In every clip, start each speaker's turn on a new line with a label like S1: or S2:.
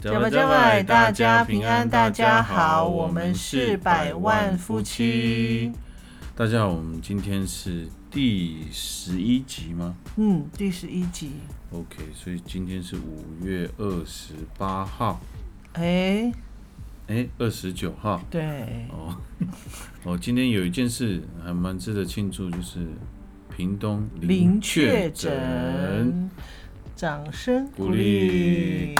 S1: 加拜加拜，大家平安，大家好，我们是百万夫妻。
S2: 大家好，我们今天是第11集吗？
S1: 第11集。
S2: OK， 所以今天是5月28号。29号。
S1: 对。
S2: 今天有一件事还蛮值得庆祝，就是屏东
S1: 零确诊，掌声鼓励。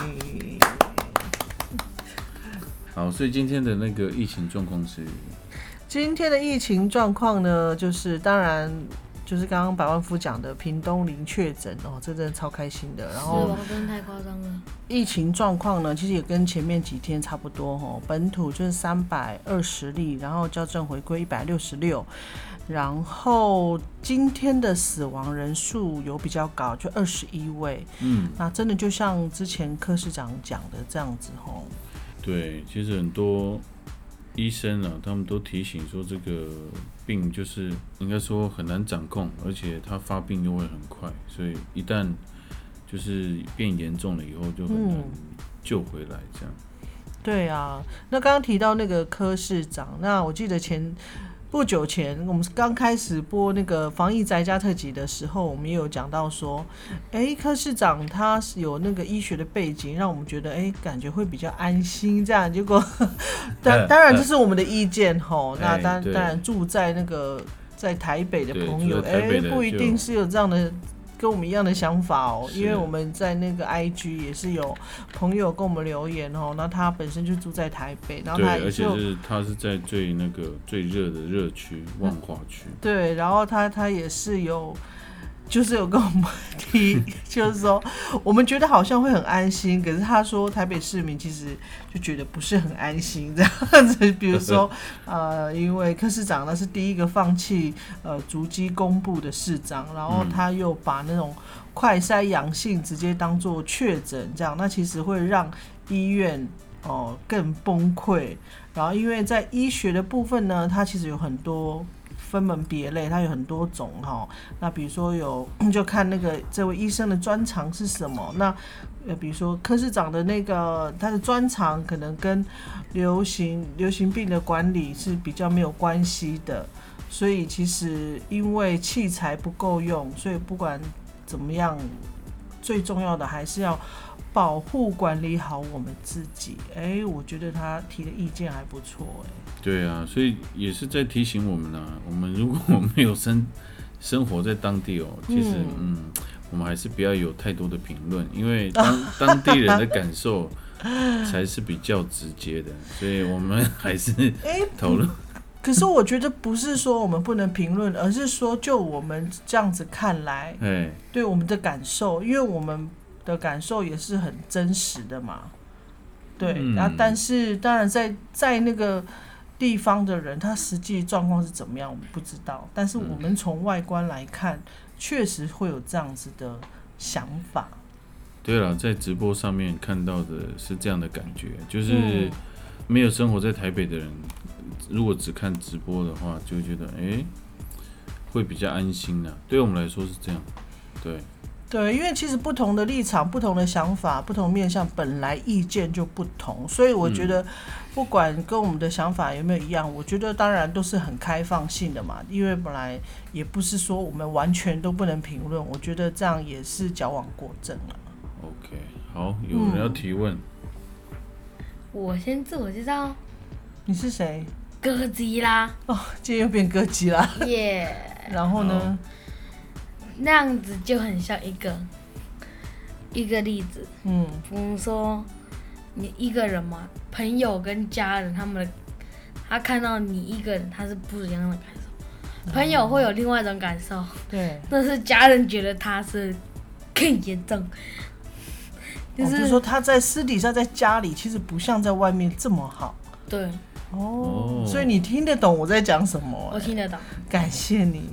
S2: 好，所以今天的那个疫情状况是？
S1: 今天的疫情状况呢，就是当然就是刚刚百万夫讲的屏东零确诊这真的超开心的。然后
S3: 真的太夸张了。
S1: 疫情状况呢，其实也跟前面几天差不多本土就是320例，然后校正回归166，然后今天的死亡人数有比较高，就21位。那真的就像之前柯市长讲的这样子
S2: 对，其实很多医生他们都提醒说，这个病就是应该说很难掌控，而且它发病又会很快，所以一旦就是变严重了以后，就很难救回来这样。
S1: 对啊，那刚刚提到那个柯市长，那我记得不久前我们刚开始播那个防疫宅家特辑的时候，我们也有讲到说，柯市长他有那个医学的背景，让我们觉得感觉会比较安心这样。结果当然这是我们的意见那当然住在那个在台北的朋友不一定是有这样的跟我们一样的想法因为我们在那个 IG 也是有朋友跟我们留言那他本身就住在台北，然后
S2: 而且他是在最热的热区万华区。
S1: 对，然后他也是有跟我们提，就是说我们觉得好像会很安心，可是他说台北市民其实就觉得不是很安心这样子。比如说因为柯市长那是第一个放弃足迹公布的市长，然后他又把那种快筛阳性直接当作确诊这样，那其实会让医院更崩溃。然后因为在医学的部分呢，它其实有很多分门别类，它有很多种那比如说就看那个这位医生的专长是什么。那比如说柯市长的那个他的专长可能跟流行病的管理是比较没有关系的，所以其实因为器材不够用，所以不管怎么样，最重要的还是要保护管理好我们自己。我觉得他提的意见还不错
S2: 对啊，所以也是在提醒我们我们如果没有生活在当地其实我们还是不要有太多的评论，因为当地人的感受才是比较直接的，所以我们还是讨论。
S1: 可是我觉得不是说我们不能评论，而是说就我们这样子看来，对我们的感受，因为我们的感受也是很真实的嘛。对，但是当然在那个地方的人，他实际状况是怎么样我们不知道，但是我们从外观来看，确实会有这样子的想法。
S2: 对了，在直播上面看到的是这样的感觉，就是没有生活在台北的人，如果只看直播的话，就会觉得会比较安心对我们来说是这样。
S1: 对，因为其实不同的立场、不同的想法、不同面向，本来意见就不同，所以我觉得不管跟我们的想法有没有一样，我觉得当然都是很开放性的嘛，因为本来也不是说我们完全都不能评论，我觉得这样也是矫枉过正了。
S2: OK， 好，有人要提问。
S3: 我先自我介绍。
S1: 你是谁？
S3: 哥吉拉。
S1: 今天又变哥吉拉。
S3: 耶。
S1: 然后呢？
S3: 那样子就很像一个例子。比如说你一个人嘛，朋友跟家人他看到你一个人，他是不一样的感受。朋友会有另外一种感受，
S1: 对，
S3: 但是家人觉得他是更严重。
S1: 就是说他在私底下在家里其实不像在外面这么好。
S3: 对。
S1: 所以你听得懂我在讲什么？
S3: 我听得懂。
S1: 感谢你。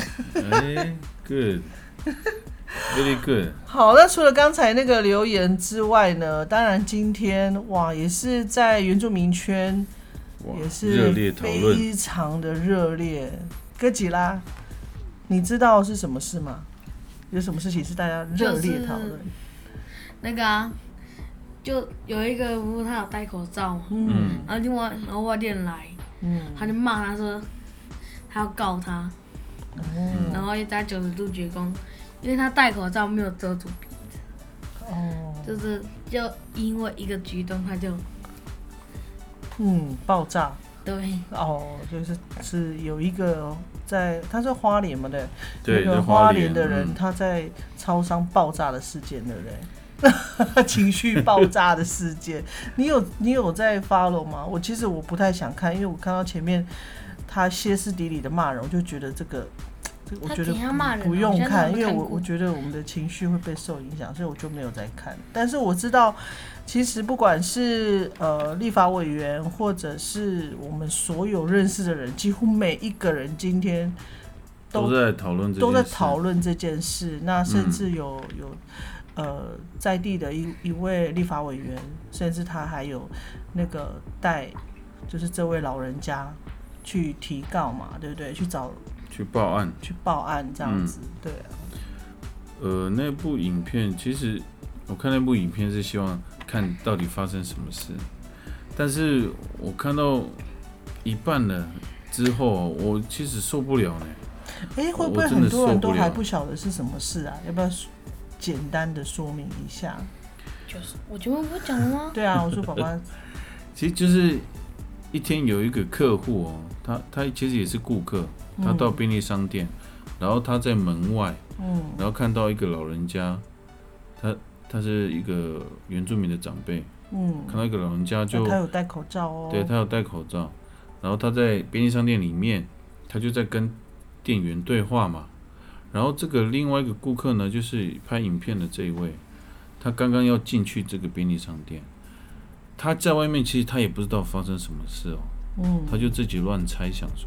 S2: Good， very good。
S1: 好，那除了刚才那个留言之外呢，当然今天也是在原住民圈也是非常的热烈。哥吉拉，你知道是什么事吗？有什么事情是大家热烈讨论？
S3: 那个就有一个不是他有戴口罩嘛，然后另外外地人来，他就骂他说他要告他，然后一打90度鞠躬，因为他戴口罩没有遮住鼻子，就因为一个举动他就
S1: 爆炸。
S3: 对
S1: 就是有一个他是花莲嘛的，
S2: 对，
S1: 那个花莲的人他在超商爆炸的事件，对不对？情绪爆炸的事件，你有在 follow 吗？其实我不太想看，因为我看到前面他歇斯底里的骂人，我就觉得这个我觉得不用看，因为我觉得我们的情绪会被受影响，所以我就没有在看。但是我知道，其实不管是立法委员，或者是我们所有认识的人，几乎每一个人今天
S2: 都在讨论
S1: 这件事。那甚至有在地的一位立法委员，甚至他还有那个带就是这位老人家去提告嘛，对不对？去报案这样子，对啊。
S2: 那部影片其实我看那部影片是希望看到底发生什么事，但是我看到一半了之后，我其实受不了呢。
S1: 会不会很多人都还不晓得是什么事啊？要不要简单的说明一下？
S3: 就是我前面不是讲了吗？
S1: 对啊，我说爸爸，
S2: 其实就是一天有一个客户他其实也是顾客，他到便利商店，然后他在门外，然后看到一个老人家，他是一个原住民的长辈，看到一个老人家他
S1: 有戴口罩哦，
S2: 对，他有戴口罩，然后他在便利商店里面，他就在跟店员对话嘛，然后这个另外一个顾客呢，就是拍影片的这一位，他刚刚要进去这个便利商店，他在外面其实他也不知道发生什么事他就自己乱猜想说，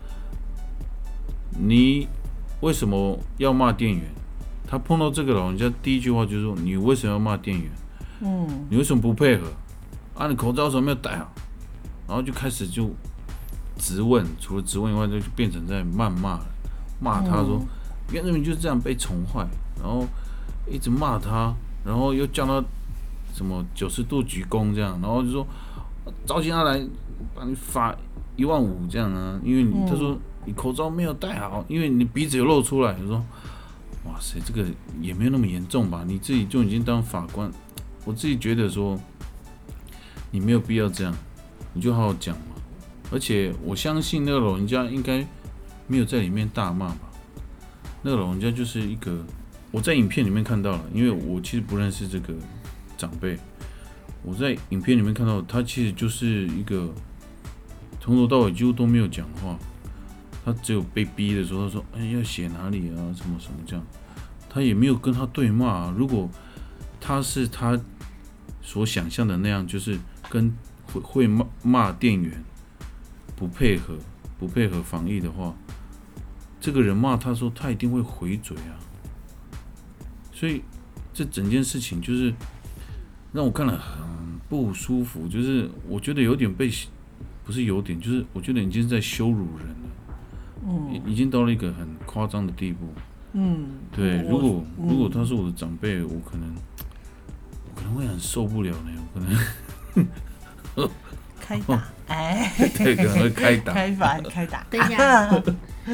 S2: 你为什么要骂店员？他碰到这个老人家第一句话就是说，你为什么要骂店员？你为什么不配合？你口罩为什么没有戴好？然后就开始就质问，除了质问以外，就变成在谩骂他说，原住民就是这样被宠坏，然后一直骂他，然后又叫他什么90度鞠躬这样，然后就说找警察来把你罚15000这样啊，因为他说你口罩没有戴好，因为你鼻子有露出来。我说哇塞，这个也没有那么严重吧？你自己就已经当法官，我自己觉得说你没有必要这样，你就好好讲嘛。而且我相信那个老人家应该没有在里面大骂吧？那个老人家就是一个，我在影片里面看到了，因为我其实不认识这个长辈，我在影片里面看到他其实就是一个从头到尾几乎都没有讲话，他只有被逼的时候，他说要写哪里啊，什么什么这样，他也没有跟他对骂如果他是他所想象的那样，就是跟会骂店员不配合防疫的话，这个人骂他说他一定会回嘴啊。所以这整件事情就是让我看了很不舒服，就是我觉得有点不是有点，就是我觉得已经在羞辱人了，已经到了一个很夸张的地步。对，如果他是我的长辈，我可能会很受不了呢，我可能
S1: 开打，
S2: 对，可能会开打，
S1: 开打。
S3: 等一下，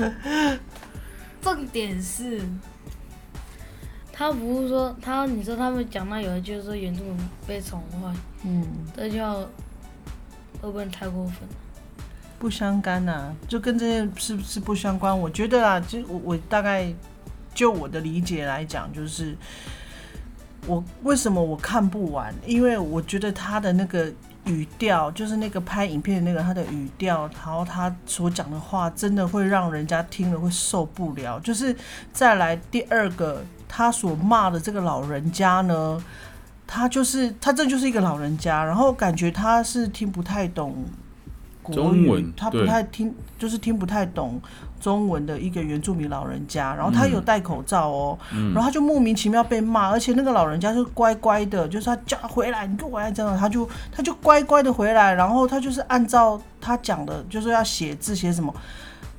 S3: 重点是，他不是说你说他们讲到有一句说原住民被宠坏，这就会不会太过分？
S1: 不相干啊，就跟这件是不相关。我觉得啦，就我大概就我的理解来讲，就是我为什么我看不完，因为我觉得他的那个语调，就是那个拍影片的那个他的语调，然后他所讲的话，真的会让人家听了会受不了。就是再来第二个，他所骂的这个老人家呢，他这就是一个老人家，然后感觉他是听不太懂国语，他不太听，就是听不太懂中文的一个原住民老人家，然后他有戴口罩哦，然后他就莫名其妙被骂，而且那个老人家就乖乖的，就是他叫他回来，你给我回来这样，他就乖乖的回来，然后他就是按照他讲的，就是要写字写什么，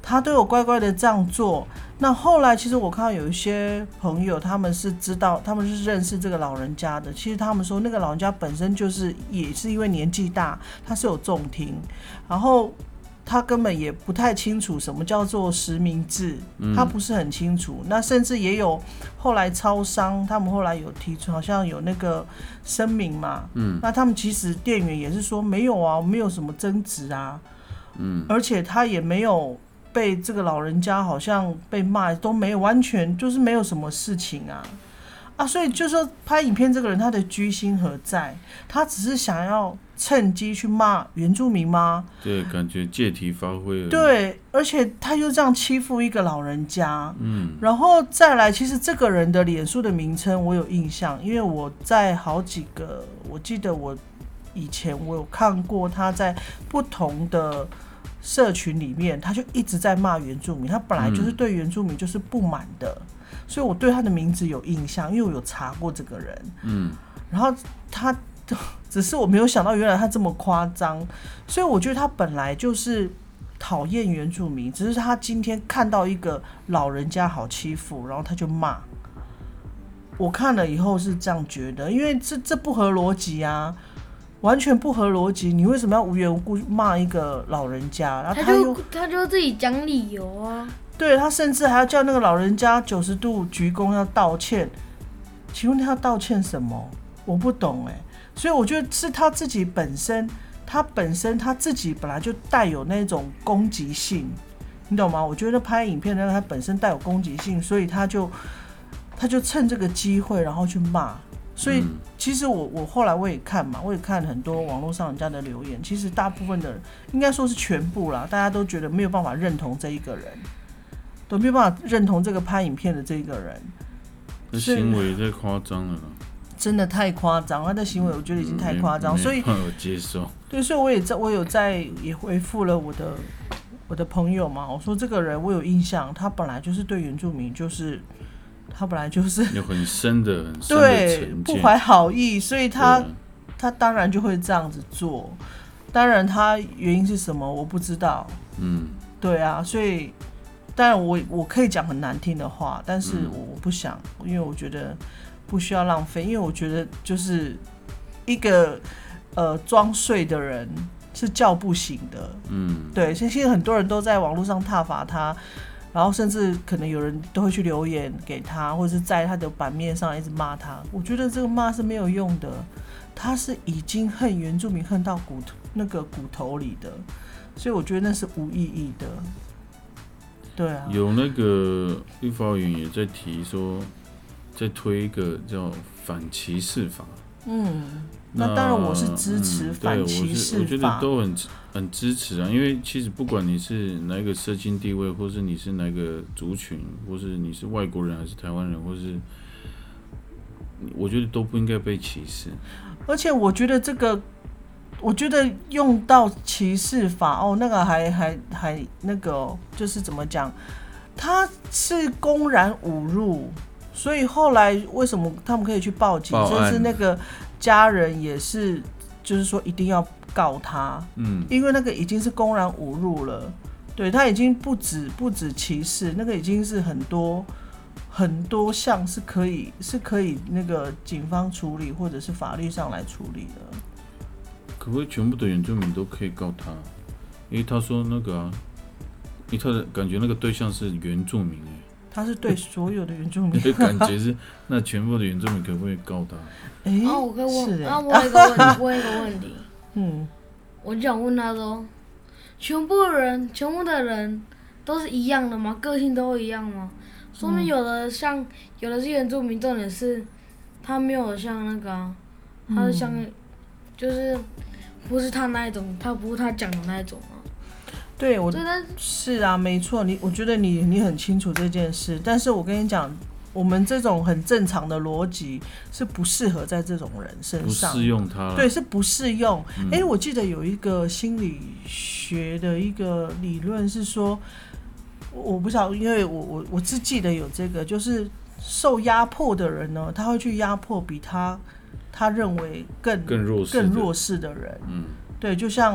S1: 他都有乖乖的这样做。那后来其实我看到有一些朋友，他们是知道，他们是认识这个老人家的。其实他们说，那个老人家本身就是也是因为年纪大，他是有重听，然后他根本也不太清楚什么叫做实名制，他不是很清楚。那甚至也有后来超商，他们后来有提出好像有那个声明嘛，那他们其实店员也是说没有啊，没有什么争执啊，而且他也没有被这个老人家好像被骂，都没有，完全就是没有什么事情啊，所以就说拍影片这个人他的居心何在？他只是想要趁机去骂原住民吗？
S2: 对，感觉借题发挥了。
S1: 对，而且他就这样欺负一个老人家。然后再来，其实这个人的脸书的名称我有印象，因为我在好几个，我记得我以前我有看过他在不同的社群里面，他就一直在骂原住民，他本来就是对原住民就是不满的。所以我对他的名字有印象，因为我有查过这个人。然后他只是我没有想到原来他这么夸张，所以我觉得他本来就是讨厌原住民，只是他今天看到一个老人家好欺负，然后他就骂。我看了以后是这样觉得，因为这不合逻辑啊，完全不合逻辑。你为什么要无缘无故骂一个老人家？然后
S3: 他就自己讲理由啊。
S1: 对，他甚至还要叫那个老人家90度鞠躬要道歉，请问他要道歉什么？我不懂所以我觉得是他自己本身他自己本来就带有那种攻击性，你懂吗？我觉得拍影片他本身带有攻击性，所以他就趁这个机会然后去骂。所以其实我后来我也看嘛，我也看很多网络上人家的留言，其实大部分的人应该说是全部啦，大家都觉得没有办法认同这一个人。都没有办法认同这个拍影片的这个人，
S2: 那行为太夸张了啦，
S1: 真的太夸张，他的行为我觉得已经太夸张，所以
S2: 没办法接受。
S1: 对，所以我有也回复了我的朋友嘛，我说这个人我有印象，他本来就是对原住民他本来就是
S2: 有很深的
S1: 对
S2: 成见，
S1: 不怀好意，所以他当然就会这样子做。当然他原因是什么我不知道，对啊，所以。当然我可以讲很难听的话，但是我不想，因为我觉得不需要浪费，因为我觉得就是一个装睡的人是叫不醒的，对，现在很多人都在网络上挞伐他，然后甚至可能有人都会去留言给他，或者是在他的版面上一直骂他。我觉得这个骂是没有用的，他是已经恨原住民恨到骨头里的，所以我觉得那是无意义的。对啊，
S2: 有那个立法委员也在提说，在推一个叫反歧视法。
S1: 那当然我是支持反歧视法，
S2: 我觉得都很支持啊，因为其实不管你是哪一个社经地位，或是你是哪个族群，或是你是外国人还是台湾人，或是我觉得都不应该被歧视。
S1: 而且我觉得用到歧视法那个还那个就是怎么讲，他是公然侮辱，所以后来为什么他们可以去报警，甚至那个家人也是，就是说一定要告他，因为那个已经是公然侮辱了，对，他已经不止歧视，那个已经是很多项是可以那个警方处理或者是法律上来处理的。
S2: 可不可以全部的原住民都可以告他？因为他说那个因为他的感觉那个对象是原住民
S1: 他是对所有的原住民，
S2: 感觉是那全部的原住民可不可以告他？
S3: 我可以问，我有一个问题，我就想问他说，全部的人都是一样的吗？个性都一样吗？说明有的是原住民，重点是他没有像那个他是像就是不是他那一种，他不是他讲的那一种啊。
S1: 对，是啊，没错，我觉得你很清楚这件事，但是我跟你讲，我们这种很正常的逻辑是不适合在这种人身上，
S2: 不适用他，
S1: 对，是不适用。我记得有一个心理学的一个理论是说，我不晓得，因为我只记得有这个，就是受压迫的人呢，他会去压迫比他认为更弱势的人。对，就像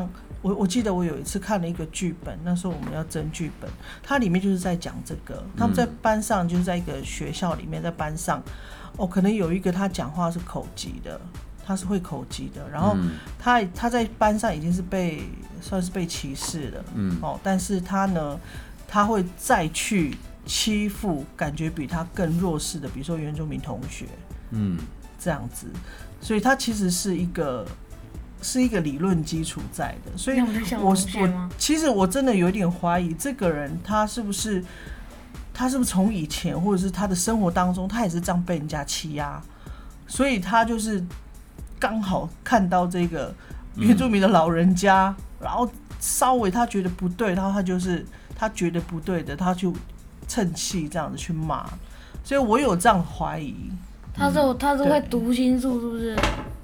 S1: 我记得我有一次看了一个剧本，那时候我们要争剧本，它里面就是在讲这个，他们在班上就是在一个学校里面，在班上，可能有一个他讲话是口疾的，他是会口疾的，然后他在班上已经是算是被歧视了，但是他呢，他会再去欺负感觉比他更弱势的，比如说原住民同学，这样子，所以他其实是一个理论基础在的，所以其实我真的有点怀疑这个人他是不是从以前或者是他的生活当中，他也是这样被人家欺压，所以他就是刚好看到这个原住民的老人家，然后稍微他觉得不对，然后他觉得不对的，他就趁气这样子去骂，所以我有这样怀疑。
S3: 他是会读心术，是不是？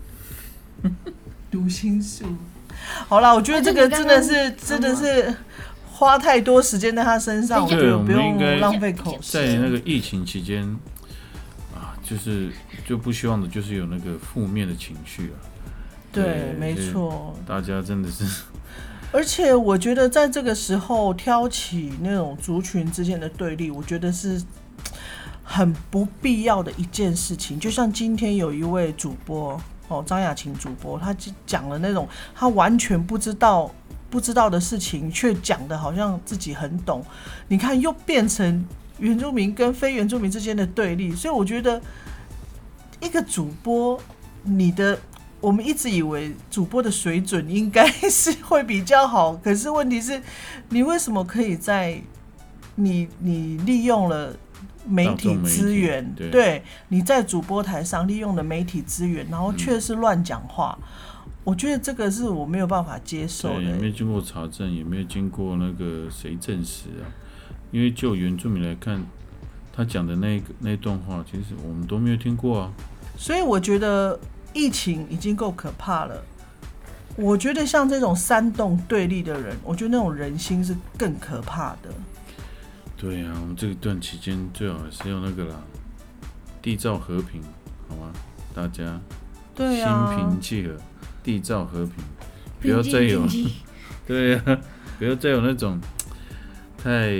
S1: 读心术。好啦，我觉得这个真的是花太多时间在他身上，我觉得不用浪费口舌。
S2: 在那个疫情期间啊，就不希望的就是有那个负面的情绪啊。
S1: 对，没错。
S2: 大家真的是。
S1: 而且我觉得在这个时候挑起那种族群之间的对立，我觉得是很不必要的一件事情。就像今天有一位主播张雅琴主播，他讲了那种他完全不知道的事情，却讲的好像自己很懂。你看，又变成原住民跟非原住民之间的对立。所以我觉得一个主播，我们一直以为主播的水准应该是会比较好，可是问题是，你为什么可以在你利用了媒体资源，对，你在主播台上利用了媒体资源，然后却是乱讲话，我觉得这个是我没有办法接受的。
S2: 也没有经过查证，也没有经过那个谁证实啊。因为就原住民来看，他讲的那段话，其实我们都没有听过啊。
S1: 所以我觉得疫情已经够可怕了。我觉得像这种煽动对立的人，我觉得那种人心是更可怕的。
S2: 对啊，我们这段期间最好还是要那个啦，缔造和平，好吗？大家
S1: 对啊，
S2: 心平气和，缔造和平，不要再有，对啊，不要再有那种太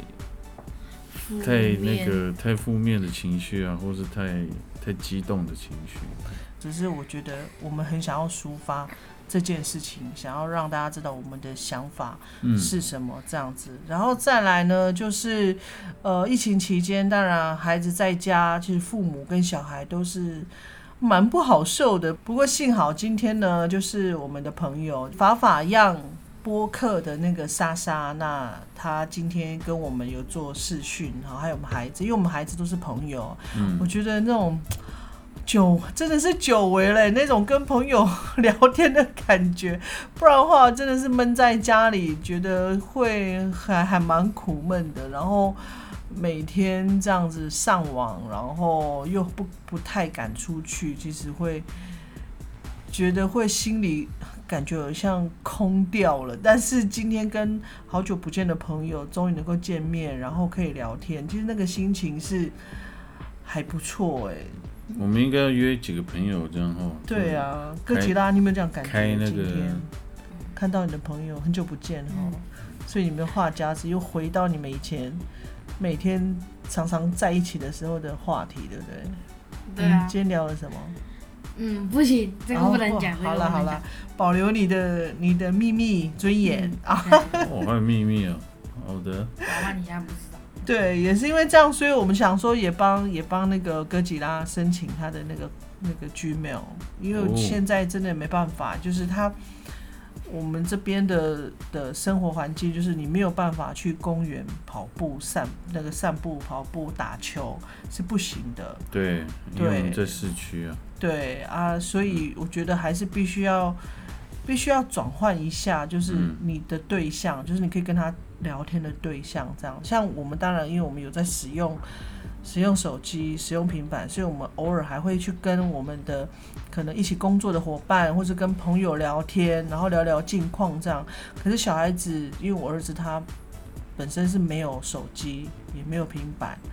S2: 负面的情绪啊，或是太激动的情绪。
S1: 只是我觉得我们很想要抒发这件事情，想要让大家知道我们的想法是什么这样子。然后再来呢，就是疫情期间，当然孩子在家，其实父母跟小孩都是蛮不好受的。不过幸好今天呢，就是我们的朋友法样播客的那个莎莎，那她今天跟我们有做视讯，还有我们孩子，因为我们孩子都是朋友，我觉得那种真的是久违了，那种跟朋友聊天的感觉，不然的话真的是闷在家里，觉得会还蛮苦闷的。然后每天这样子上网，然后又不太敢出去，其实会觉得会心里感觉好像空掉了。但是今天跟好久不见的朋友终于能够见面，然后可以聊天，其实那个心情是还不错欸。
S2: 我们应该要约几个朋友这样
S1: 对啊，哥吉拉，你有没有这样感觉？
S2: 开那个，
S1: 今天看到你的朋友很久不见所以你们的话匣子又回到你们以前每天常常在一起的时候的话题，对不对？
S3: 对啊。
S1: 今天聊了什么？
S3: 不行，这个不能讲。
S1: 好了，保留你的秘密尊严啊。
S2: 还有秘密啊，好的。
S3: 老板，你现在不知道。
S1: 对，也是因为这样，所以我们想说也帮那个哥吉拉申请他的那个 Gmail， 因为现在真的没办法，就是我们这边的生活环境，就是你没有办法去公园跑步散步、跑步、打球是不行的。
S2: 对，因为我们在市区啊。对
S1: 啊，所以我觉得还是必须要转换一下，就是你的对象，就是你可以跟他聊天的对象，这样。像我们当然，因为我们有在使用手机、使用平板，所以我们偶尔还会去跟我们的可能一起工作的伙伴，或是跟朋友聊天，然后聊聊近况这样。可是小孩子，因为我儿子他本身是没有手机，也没有平板，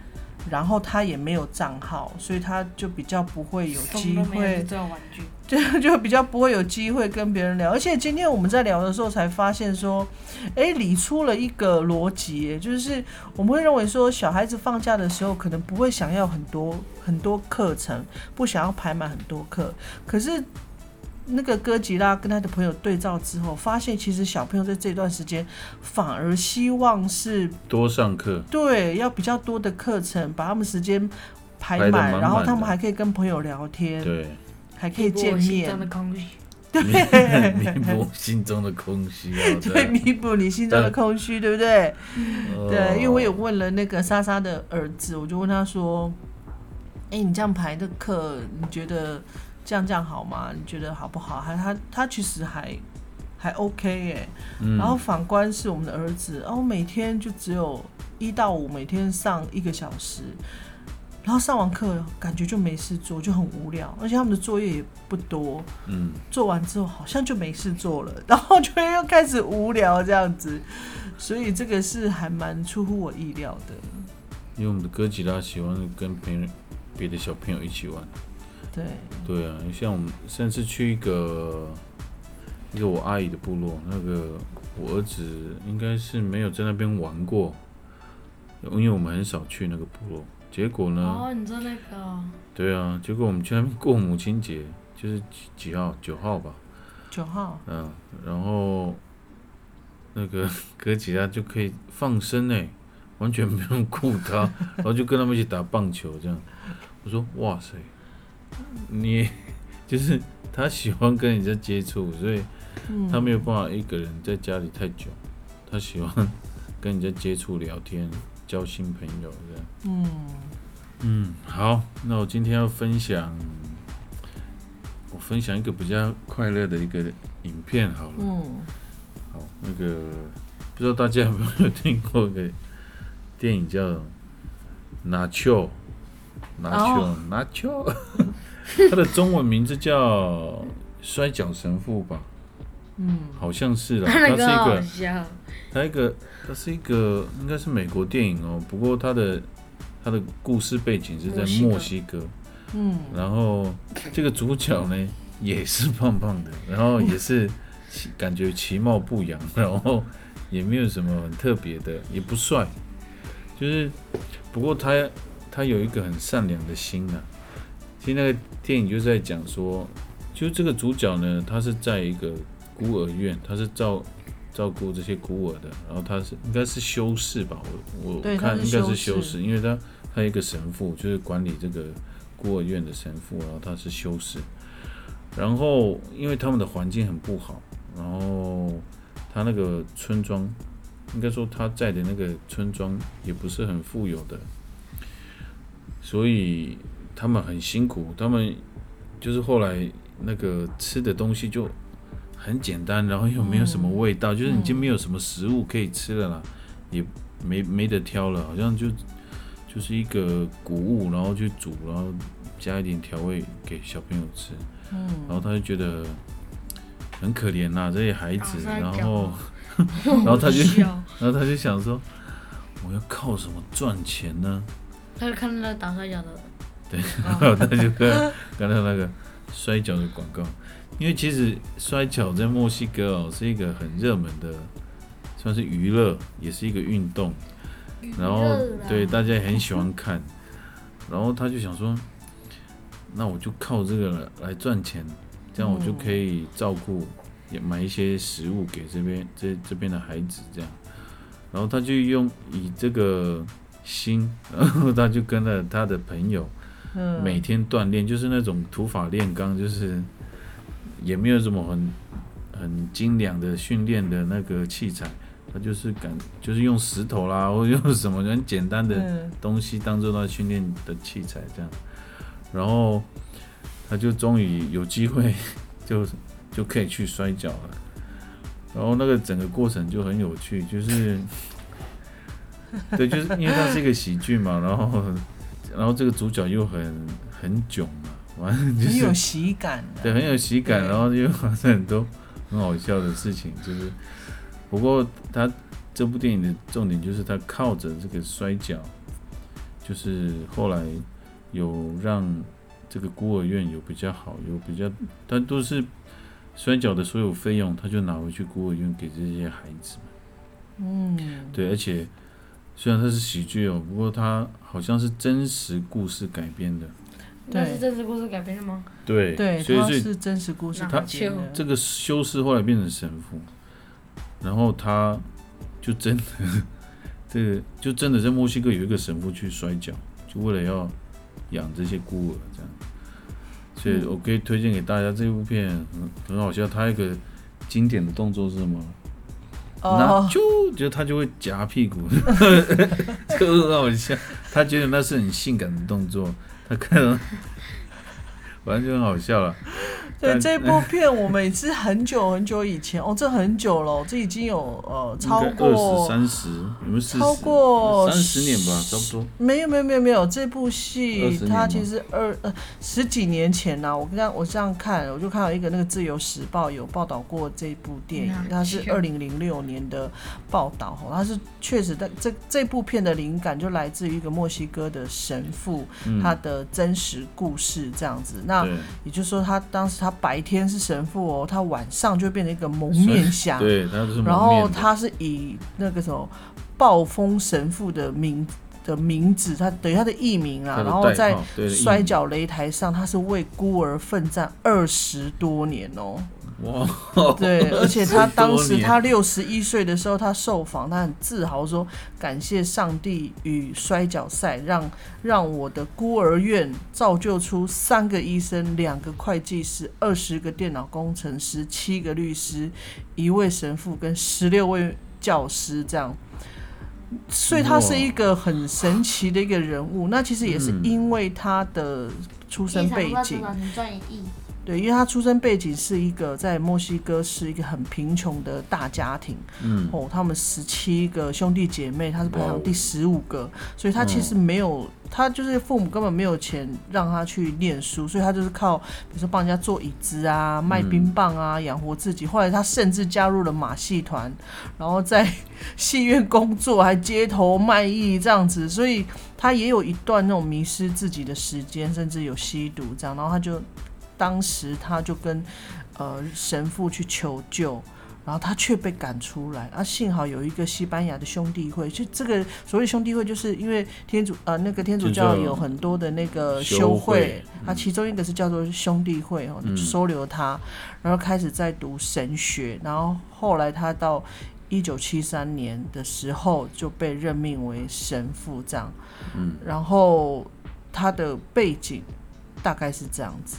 S1: 然后他也没有账号，所以他就比较不会有机会，就比较不会有机会跟别人聊。而且今天我们在聊的时候才发现说，理出了一个逻辑，就是我们会认为说，小孩子放假的时候可能不会想要很多课程，不想要排满很多课，可是那个哥吉拉跟他的朋友对照之后，发现其实小朋友在这段时间反而希望是
S2: 多上课，
S1: 对，要比较多的课程，把他们时间排满，然后他们还可以跟朋友聊天，
S2: 对，
S1: 还可以见面，
S2: 对，弥补心中的空虚
S1: 对，弥补你心中的空虚，对不对？对，因为我有问了那个莎莎的儿子，我就问他说：“你这样排的课，你觉得？”这样好吗？你觉得好不好？他其实还 OK 耶。然后反观是我们的儿子，每天就只有1到5，每天上1个小时，然后上完课感觉就没事做，就很无聊，而且他们的作业也不多。做完之后好像就没事做了，然后就又开始无聊这样子，所以这个是还蛮出乎我意料的。
S2: 因为我们的哥吉拉喜欢跟别的小朋友一起玩。对啊，像我们上次去一个我阿姨的部落，那个我儿子应该是没有在那边玩过，因为我们很少去那个部落。结果呢？
S3: 你知道那个？
S2: 对啊，结果我们去那边过母亲节，就是几号？9号吧。
S1: 9号。
S2: 然后那个哥吉拉就可以放生完全不用顾他，然后就跟他们一起打棒球这样。我说哇塞！你就是他喜欢跟人家接触，所以他没有办法一个人在家里太久，他喜欢跟人家接触、聊天、交新朋友这样。好，那我今天要分享一个比较快乐的一个影片好了。好，那个不知道大家有没有听过一个电影叫《拿球》。他的中文名字叫《摔跤神父》吧，好像是啦。它是一个应该是美国电影哦，不过它的故事背景是在墨西哥。然后这个主角呢也是胖胖的，然后也是感觉其貌不扬，然后也没有什么很特别的，也不帅，就是不过他有一个很善良的心啊。其实那个电影就在讲说，就这个主角呢，他是在一个孤儿院，他是照顾这些孤儿的，然后他应该是修士吧，我看应该是修士，因为他有一个神父，就是管理这个孤儿院的神父，然后他是修士，然后因为他们的环境很不好，然后他那个村庄，应该说他在的那个村庄也不是很富有的，所以他们很辛苦，他们就是后来那个吃的东西就很简单，然后又没有什么味道，就是已经没有什么食物可以吃了啦，也没得挑了，好像就是一个谷物，然后去煮，然后加一点调味给小朋友吃，然后他就觉得很可怜呐，这些孩子，然后他就想说，我要靠什么赚钱呢？
S3: 他就看到那个打摔跤的，
S2: 对，然后他就看到那个摔跤的广告，因为其实摔跤在墨西哥是一个很热门的，算是娱乐，也是一个运动，然后对大家也很喜欢看，然后他就想说，那我就靠这个来赚钱，这样我就可以照顾，也买一些食物给这边的孩子这样，然后他就以这个心，然后他就跟了他的朋友，每天锻炼，就是那种土法炼钢，就是也没有什么很精良的训练的那个器材，他就是用石头啦，或用什么很简单的东西当做他训练的器材这样，然后他就终于有机会就可以去摔跤了，然后那个整个过程就很有趣，就是对，就是因为它是一个喜剧嘛，然后这个主角又很囧嘛，完了就是
S1: 很有喜感，
S2: 对，很有喜感，然后又发生很多很好笑的事情，就是不过他这部电影的重点就是他靠着这个摔跤， 就是后来有让这个孤儿院有比较好，但都是摔跤的所有费用，他就拿回去孤儿院给这些孩子们。对，而且虽然它是喜剧哦，不过它好像是真实故事改编的。
S3: 那是真实故事改编的吗？
S2: 对，
S1: 所以是真实故事改编的。
S2: 这个修士后来变成神父，然后他就真的在墨西哥有一个神父去摔跤，就为了要养这些孤儿这样。所以我可以推荐给大家这部片很好笑，他一个经典的动作是什么？就他就会夹屁股，这个很好笑。他觉得那是很性感的动作，他看到反正就很好笑了。
S1: 对，这部片我们也是很久很久以前这很久了，这已经有超过
S2: 20-30，有没有40？
S1: 超过
S2: 30年吧，差不多。
S1: 没有，这部戏它其实10几年前呢，我这样看，我就看到一个那个《自由时报》有报道过这部电影，它是2006年的报道，它是确实的这部片的灵感就来自于一个墨西哥的神父，他的真实故事这样子。那也就是说，他当时他白天是神父他晚上就变成一个蒙面侠，
S2: 对，他是蒙面的。
S1: 然后他是以那个什么暴风神父的名字，他等于他的艺名啊，然后在摔跤擂台上，他是为孤儿奋战20多年哦。
S2: 哇，
S1: 对，而且他当时他61岁的时候，他受访，他很自豪说：“感谢上帝与摔跤赛，让我的孤儿院造就出3个医生、2个会计师、20个电脑工程师、7个律师、1位神父跟16位教师。”这样。所以他是一个很神奇的一个人物。那其实也是因为他的出生背景。对，因为他出生背景是一个在墨西哥是一个很贫穷的大家庭，他们17个兄弟姐妹，他是排行第15个，所以他其实没有，他就是父母根本没有钱让他去念书，所以他就是靠比如说帮人家做椅子啊、卖冰棒啊养活自己。后来他甚至加入了马戏团，然后在戏院工作，还街头卖艺这样子，所以他也有一段那种迷失自己的时间，甚至有吸毒这样，然后当时他就跟神父去求救，然后他却被赶出来幸好有一个西班牙的兄弟会，就这个所谓兄弟会，就是因为那个天主教有很多的那个修会，其中一个是叫做兄弟会就收留他，然后开始在读神学，然后后来他到1973年的时候就被任命为神父这样，然后他的背景大概是这样子。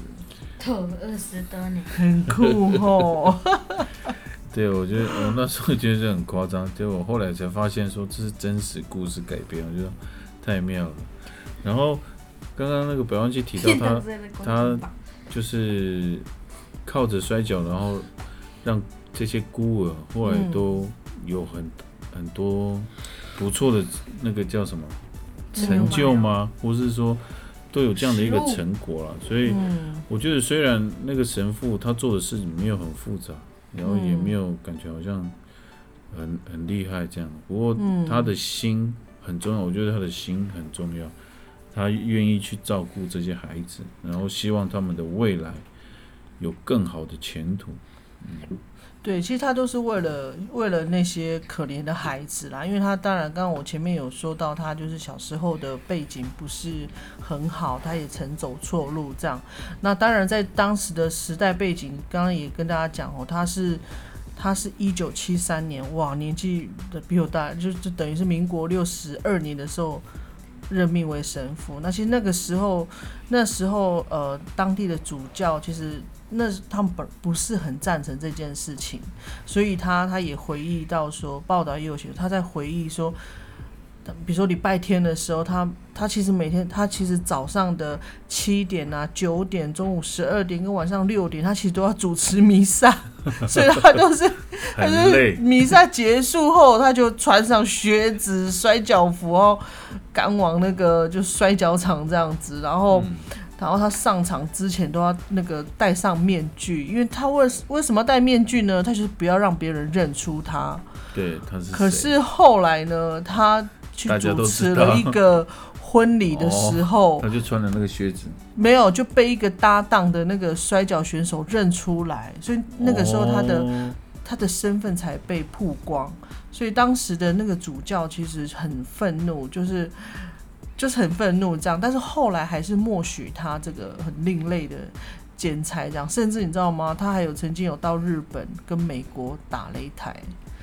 S3: 20多年，
S1: 很酷哦。
S2: 对，我那时候觉得很夸张，结果我后来才发现说这是真实故事改编，我觉得太妙了。然后刚刚那个百万基提到他就是靠着摔跤，然后让这些孤儿后来都有很多不错的那个叫什么成就吗？或是说都有这样的一个成果啦，所以我觉得虽然那个神父他做的事情没有很复杂，然后也没有感觉好像很厉害这样，不过他的心很重要，我觉得他的心很重要，他愿意去照顾这些孩子，然后希望他们的未来有更好的前途。
S1: 对，其实他都是为了那些可怜的孩子啦，因为他当然刚刚我前面有说到，他就是小时候的背景不是很好，他也曾走错路这样。那当然在当时的时代背景，刚刚也跟大家讲他是1973年，哇，年纪的比我大，就等于是民国62年的时候任命为神父。那其实那时候当地的主教其实他们不是很赞成这件事情，所以他也回忆到说，报道也有写，他在回忆说，比如说礼拜天的时候，他其实每天他其实早上的7点啊、9点、中午12点跟晚上6点，他其实都要主持弥撒，所以他就是弥撒结束后，他就穿上靴子、摔跤服，然后赶往那个就摔跤场这样子，然后他上场之前都要那个戴上面具，因为他为什么要戴面具呢？他就是不要让别人认出他。
S2: 对，他是谁？
S1: 可是后来呢，他去主持了一个婚礼的时候，
S2: 他就穿了那个靴子，
S1: 没有就被一个搭档的那个摔跤选手认出来，所以那个时候他的身份才被曝光，所以当时的那个主教其实很愤怒，就是很愤怒这样，但是后来还是默许他这个很另类的剪裁这样，甚至你知道吗？他还有曾经有到日本跟美国打擂台，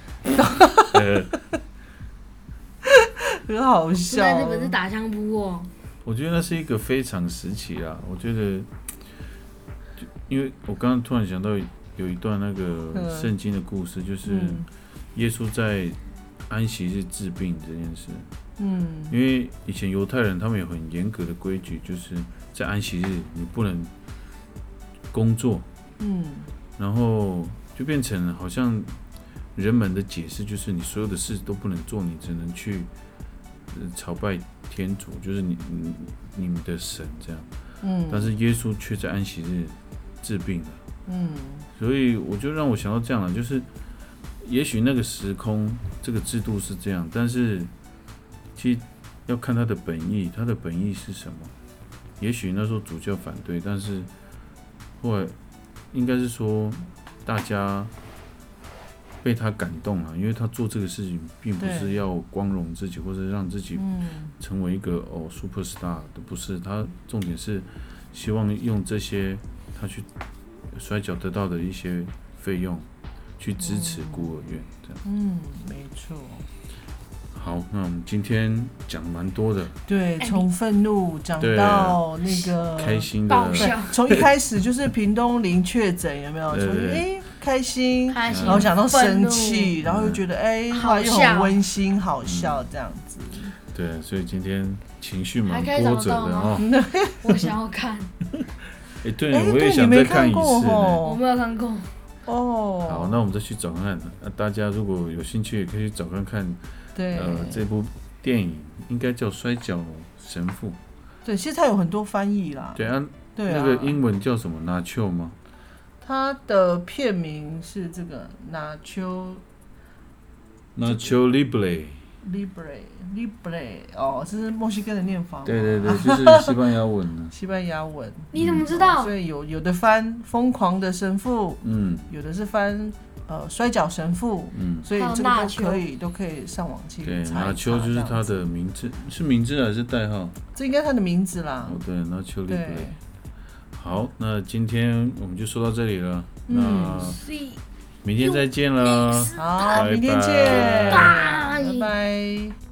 S1: 很好笑。
S3: 在日本是打枪不过。
S2: 我觉得那是一个非常时期啦。我觉得，因为我刚刚突然想到有一段那个圣经的故事，就是耶稣在安息日治病这件事。因为以前犹太人他们有很严格的规矩，就是在安息日你不能工作，然后就变成好像人们的解释就是你所有的事都不能做，你只能去朝拜天主，就是你们的神这样。但是耶稣却在安息日治病了。所以我就让我想到这样了，就是也许那个时空这个制度是这样，但是其实要看他的本意，他的本意是什么？也许那时候主教反对，但是后来应该是说大家被他感动了，因为他做这个事情并不是要光荣自己或者让自己成为一个super star 的，不是，他重点是希望用这些他去摔跤得到的一些费用去支持孤儿院，这样。
S1: 没错。
S2: 好，那我们今天讲蛮多的，
S1: 对，从愤怒讲到那个
S2: 开心的，
S1: 从一开始就是屏东林确诊，有没有？从开心，然后讲到生气，然后又觉得后来又很温馨好笑这样子。
S2: 对，所以今天情绪蛮波折的哦。
S3: 我想要看。
S2: 对，我也想再看一次呢。
S3: 我没有看过。
S2: 好，那我们再去找看看。大家如果有兴趣，也可以去找看看。
S1: 对，
S2: 这部电影应该叫《摔跤神父》。
S1: 对，其实它有很多翻译啦。
S2: 对啊，那个英文叫什么？拿丘吗？
S1: 它的片名是这个拿丘
S2: Libre。
S1: 这是墨西哥的念法。
S2: 对，就是西班牙文呢。
S1: 西班牙文。
S3: 你怎么知道？
S1: 所以有的翻疯狂的神父，有的是翻摔跤神父，所以这个都可以上网去查。
S2: 对，拿丘就是他的名字，是名字还是代号？
S1: 这应该他的名字啦。
S2: 对，拿丘 Libre。好，那今天我们就说到这里了。那明天再见了。
S1: 好，明天见，拜拜。